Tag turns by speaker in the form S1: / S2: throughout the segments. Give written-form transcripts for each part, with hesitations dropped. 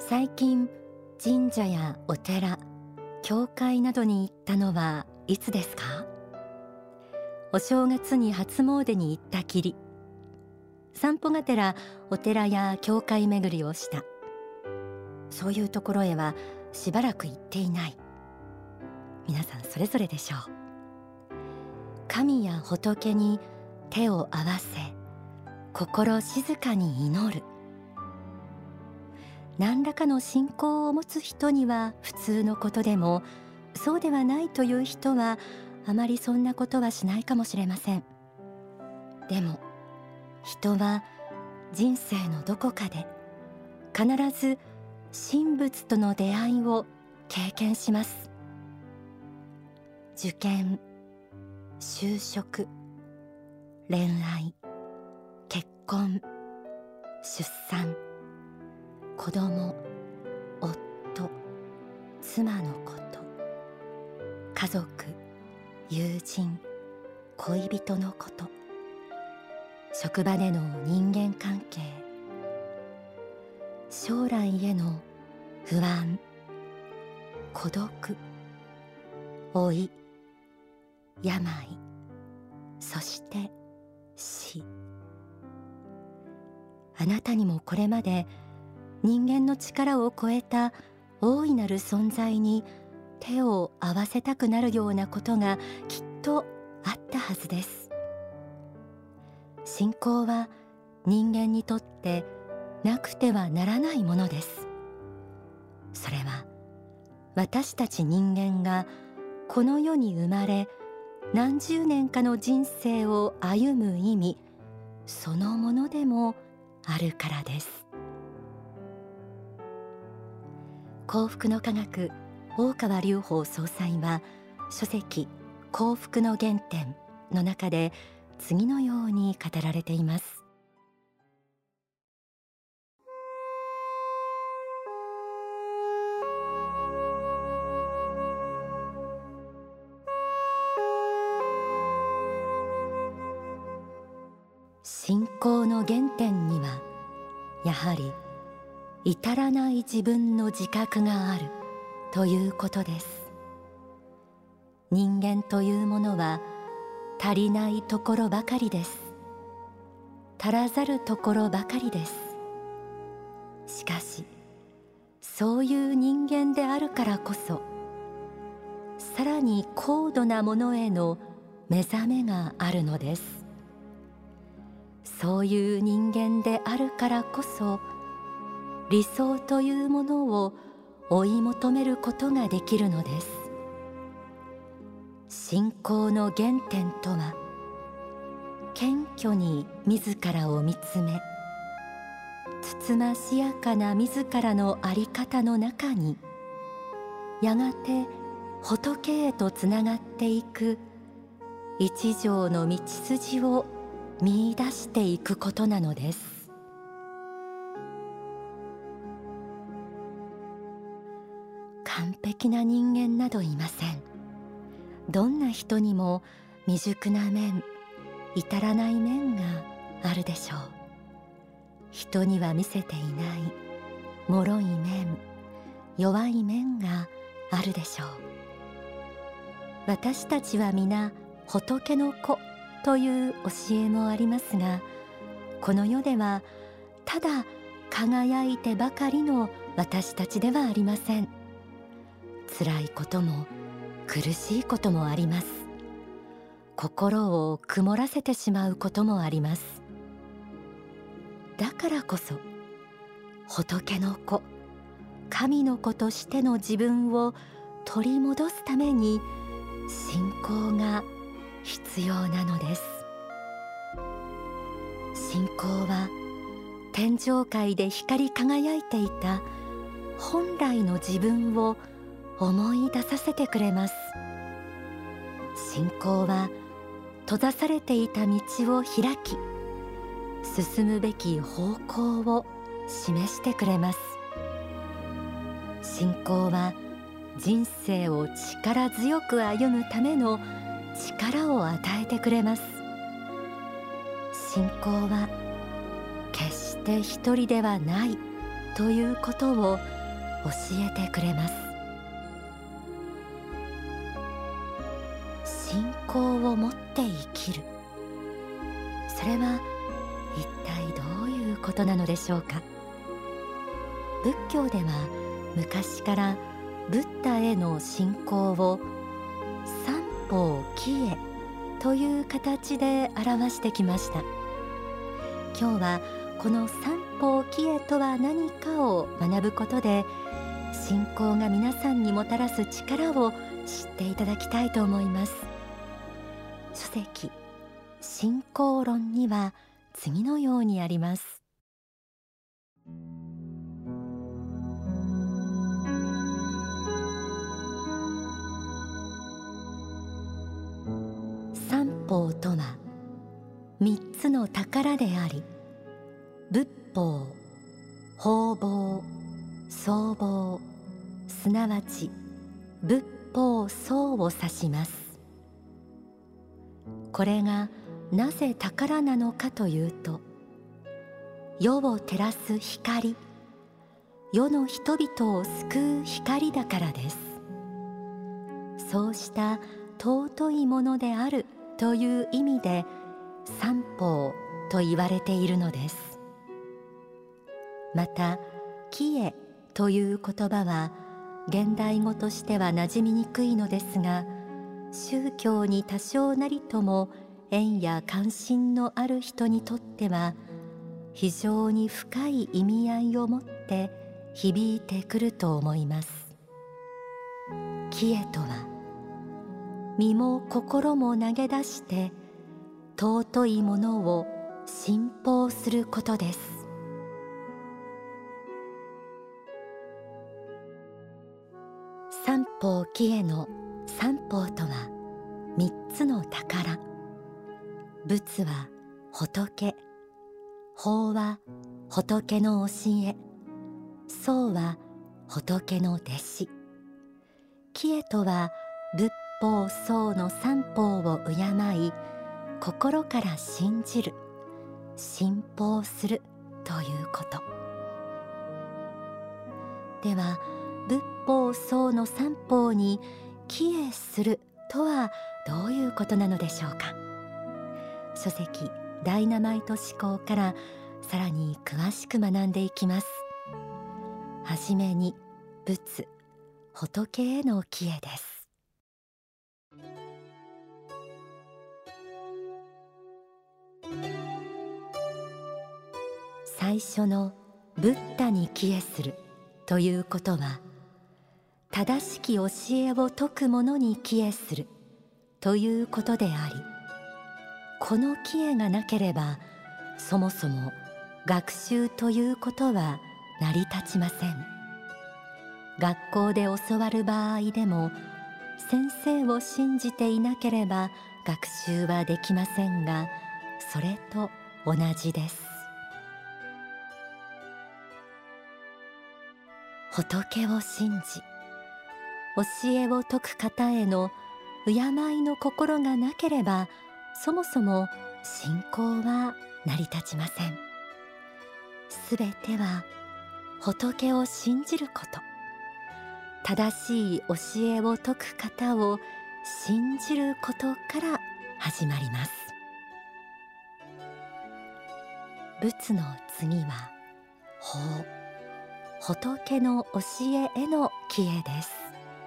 S1: 最近神社やお寺、教会などに行ったのはいつですか？お正月に初詣に行ったきり、散歩がてらお寺や教会巡りをした。そういうところへはしばらく行っていない。皆さんそれぞれでしょう。神や仏に手を合わせ、心静かに祈る。何らかの信仰を持つ人には普通のことでも、そうではないという人はあまりそんなことはしないかもしれません。でも人は人生のどこかで必ず神仏との出会いを経験します。受験、就職、恋愛、結婚、出産、子供、夫、妻のこと、家族、友人、恋人のこと、職場での人間関係、将来への不安、孤独、老い、病、そして死。あなたにもこれまで人間の力を超えた大いなる存在に手を合わせたくなるようなことがきっとあったはずです。信仰は人間にとってなくてはならないものです。それは私たち人間がこの世に生まれ何十年かの人生を歩む意味そのものでもあるからです。幸福の科学、大川隆法総裁は書籍幸福の原点の中で次のように語られています。信仰の原点にはやはり至らない自分の自覚があるということです。人間というものは足りないところばかりです。足らざるところばかりです。しかしそういう人間であるからこそ、さらに高度なものへの目覚めがあるのです。そういう人間であるからこそ、理想というものを追い求めることができるのです。信仰の原点とは、謙虚に自らを見つめ、つつましやかな自らの在り方の中に、やがて仏へとつながっていく一条の道筋を見出していくことなのです。完璧な人間などいません。どんな人にも未熟な面、至らない面があるでしょう。人には見せていない脆い面、弱い面があるでしょう。私たちは皆仏の子という教えもありますが、この世ではただ輝いてばかりの私たちではありません。辛いことも苦しいこともあります。心を曇らせてしまうこともあります。だからこそ仏の子、神の子としての自分を取り戻すために信仰が必要なのです。信仰は天上界で光り輝いていた本来の自分を思い出させてくれます。信仰は閉ざされていた道を開き、進むべき方向を示してくれます。信仰は人生を力強く歩むための力を与えてくれます。信仰は決して一人ではないということを教えてくれます。信仰を持って生きる、それは一体どういうことなのでしょうか。仏教では昔からブッダへの信仰を三宝帰依という形で表してきました。今日はこの三宝帰依とは何かを学ぶことで、信仰が皆さんにもたらす力を知っていただきたいと思います。書籍信仰論には次のようにあります。三宝とは三つの宝であり、仏宝、法宝、僧宝、すなわち仏法僧を指します。これがなぜ宝なのかというと、世を照らす光、世の人々を救う光だからです。そうした尊いものであるという意味で三宝と言われているのです。また帰依という言葉は現代語としては馴染みにくいのですが、宗教に多少なりとも縁や関心のある人にとっては非常に深い意味合いを持って響いてくると思います。帰依とは身も心も投げ出して尊いものを信奉することです。三宝帰依の三宝とは三つの宝。仏は仏、法は仏の教え、僧は仏の弟子。帰依とは仏法僧の三宝を敬い、心から信じる、信奉するということ。では仏法僧の三宝に帰依するとはどういうことなのでしょうか。書籍ダイナマイト思考からさらに詳しく学んでいきます。はじめに仏、仏への帰依です。最初のブッダに帰依するということは、正しき教えを説く者に帰依するということであり、この帰依がなければそもそも学習ということは成り立ちません。学校で教わる場合でも先生を信じていなければ学習はできませんが、それと同じです。仏を信じ教えを説く方への敬いの心がなければ、そもそも信仰は成り立ちません。すべては仏を信じること、正しい教えを説く方を信じることから始まります。仏の次は法、仏の教えへの帰依です。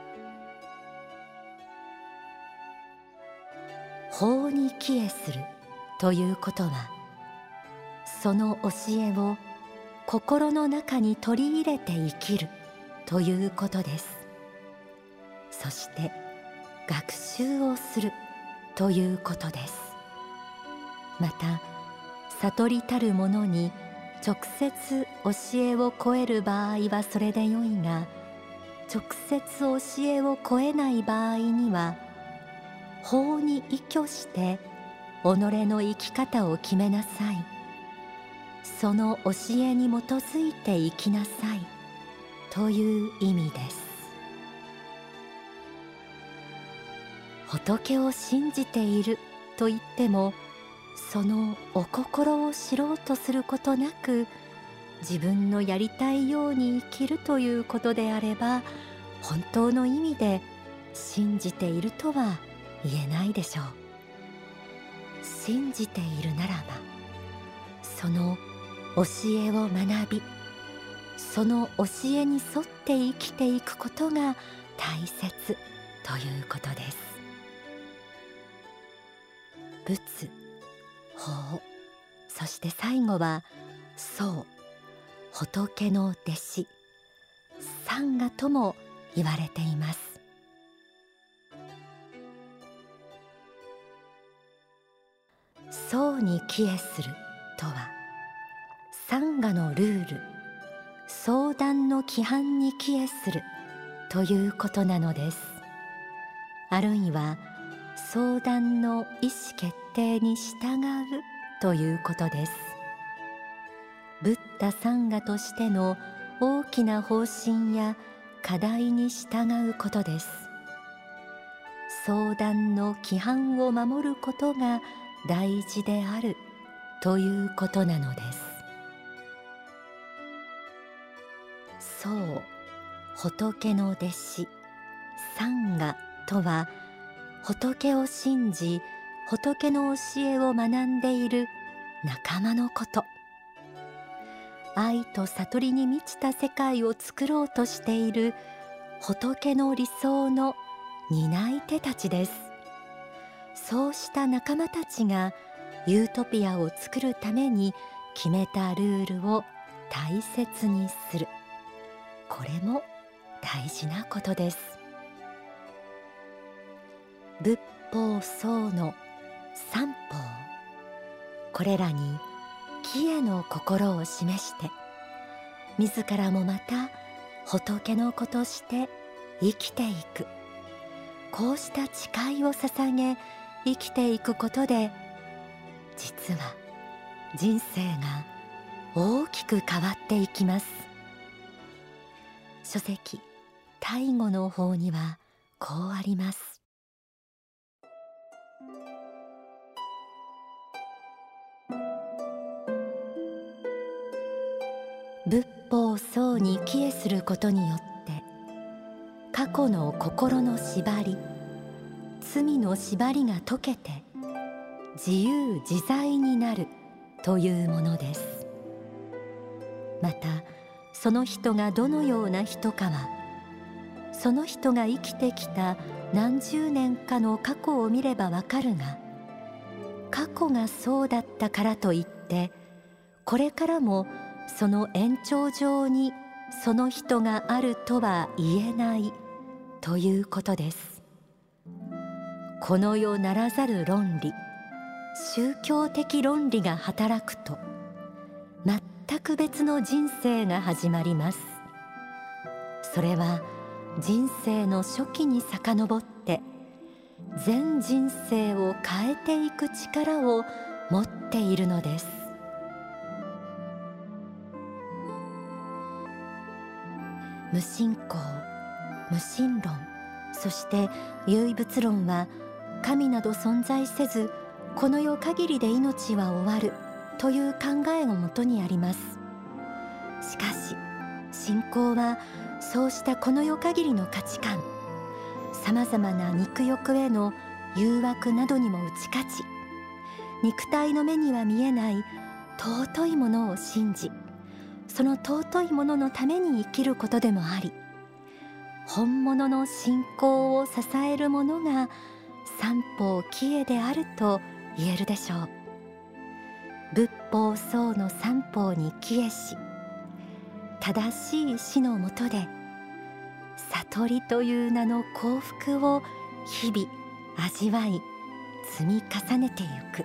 S1: 法に帰依するということは、その教えを心の中に取り入れて生きるということです。そして学習をするということです。また悟りたるものに直接教えを超える場合はそれでよいが、直接教えを超えない場合には法に依拠して己の生き方を決めなさい、その教えに基づいて生きなさいという意味です。仏を信じていると言っても、そのお心を知ろうとすることなく自分のやりたいように生きるということであれば、本当の意味で信じているとは言えないでしょう。信じているならば、その教えを学び、その教えに沿って生きていくことが大切ということです。仏、法、そして最後は僧、仏の弟子、サンガとも言われています。僧に帰依するとは、サンガのルール、僧団の規範に帰依するということなのです。あるいは僧団の意思決定に従うということです。ブッダサンガとしての大きな方針や課題に従うことです。僧団の規範を守ることが大事であるということなのです。僧、仏の弟子、サンガとは、仏を信じ、仏の教えを学んでいる仲間のこと。愛と悟りに満ちた世界を作ろうとしている仏の理想の担い手たちです。そうした仲間たちがユートピアを作るために決めたルールを大切にする。これも大事なことです。仏法僧の三法、これらに帰依の心を示して、自らもまた仏の子として生きていく、こうした誓いを捧げ生きていくことで、実は人生が大きく変わっていきます。書籍大悟の方にはこうあります。仏法僧に帰依することによって、過去の心の縛り、罪の縛りが解けて自由自在になるというものです。またその人がどのような人かは、その人が生きてきた何十年かの過去を見ればわかるが、過去がそうだったからといってこれからもその延長上にその人があるとは言えないということです。この世ならざる論理、宗教的論理が働くと、全く別の人生が始まります。それは人生の初期に遡って全人生を変えていく力を持っているのです。無信仰、無神論、そして唯物論は、神など存在せずこの世限りで命は終わるという考えがもとにあります。しかし信仰はそうしたこの世限りの価値観、さまざまな肉欲への誘惑などにも打ち勝ち、肉体の目には見えない尊いものを信じ、その尊いもののために生きることでもあり、本物の信仰を支えるものが三法帰依であると言えるでしょう。仏法僧の三法に帰依し、正しい死のもとで悟りという名の幸福を日々味わい積み重ねてゆく。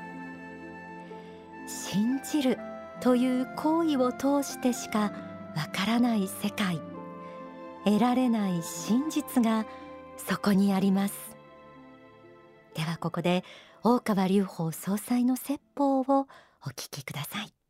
S1: 信じるという行為を通してしかわからない世界、得られない真実がそこにあります。ではここで大川隆法総裁の説法をお聞きください。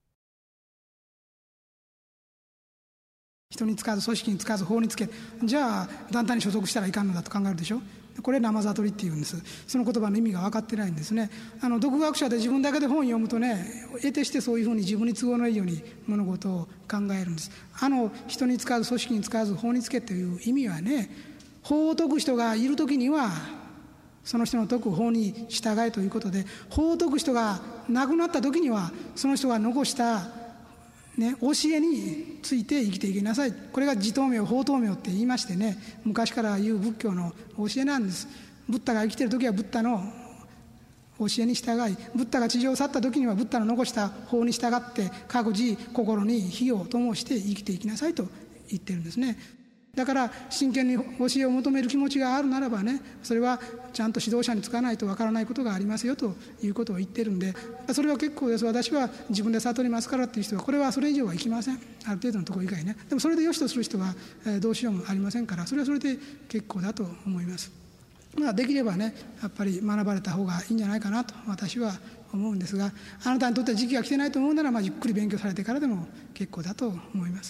S2: 人につかず組織につかず法につけ、じゃあ団体に所属したらいかんのだと考えるでしょ。 これ生悟りっていうんです。その言葉の意味が分かってないんですね。独学者で自分だけで本を読むとね、得てしてそういうふうに自分に都合のいいように物事を考えるんです。人に使わず組織に使わず法につけという意味はね、法を解く人がいるときにはその人の解く法に従えということで、法を解く人が亡くなったときにはその人が残した教えについて生きていきなさい。これが自灯明法灯明って言いましてね、昔から言う仏教の教えなんです。ブッダが生きている時はブッダの教えに従い、ブッダが地上を去った時にはブッダの残した法に従って各自心に火を灯して生きていきなさいと言ってるんですね。だから真剣に教えを求める気持ちがあるならばね、それはちゃんと指導者につかないとわからないことがありますよということを言ってるんで、それは結構です。私は自分で悟りますからっていう人は、これはそれ以上はいきません。ある程度のところ以外ね。でもそれで良しとする人はどうしようもありませんから、それはそれで結構だと思います。できればね、やっぱり学ばれた方がいいんじゃないかなと私は思うんですが、あなたにとって時期が来てないと思うなら、ゆっくり勉強されてからでも結構だと思います。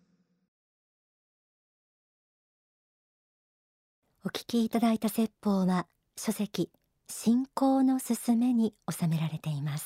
S1: お聞きいただいた説法は書籍信仰のすすめに収められています。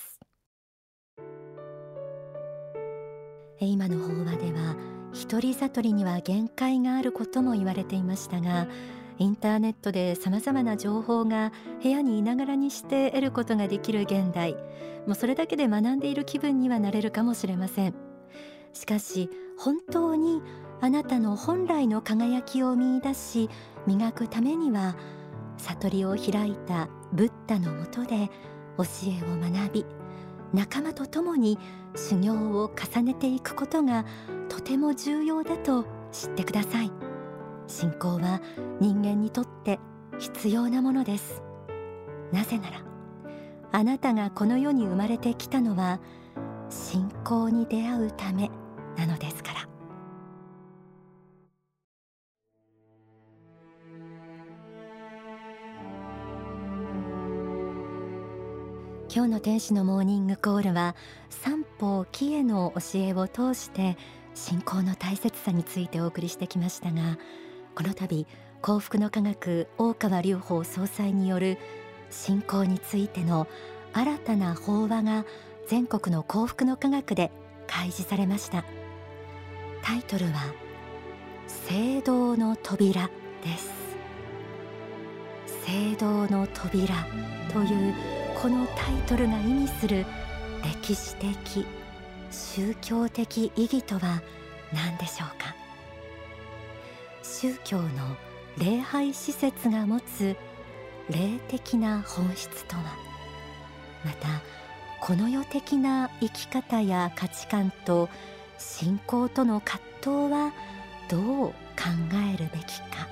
S1: 今の法話では一人悟りには限界があることも言われていましたが、インターネットでさまざまな情報が部屋にいながらにして得ることができる現代、もうそれだけで学んでいる気分にはなれるかもしれません。しかし本当にあなたの本来の輝きを見出し磨くためには、悟りを開いたブッダのもとで教えを学び、仲間と共に修行を重ねていくことがとても重要だと知ってください。信仰は人間にとって必要なものです。なぜならあなたがこの世に生まれてきたのは信仰に出会うためなのですから。今日の天使のモーニングコールは三方起への教えを通して信仰の大切さについてお送りしてきましたが、この度幸福の科学大川隆法総裁による信仰についての新たな法話が全国の幸福の科学で開示されました。タイトルは聖堂の扉です。聖堂の扉というこのタイトルが意味する歴史的宗教的意義とは何でしょうか。宗教の礼拝施設が持つ霊的な本質とは、またこの世的な生き方や価値観と信仰との葛藤はどう考えるべきか。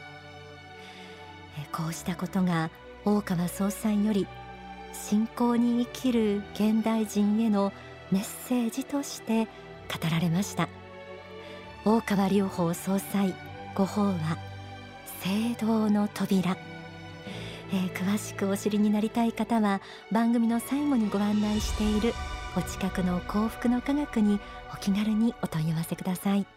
S1: こうしたことが大川総裁より信仰に生きる現代人へのメッセージとして語られました。大川隆法総裁ご法話聖堂の扉、詳しくお知りになりたい方は番組の最後にご案内しているお近くの幸福の科学にお気軽にお問い合わせください。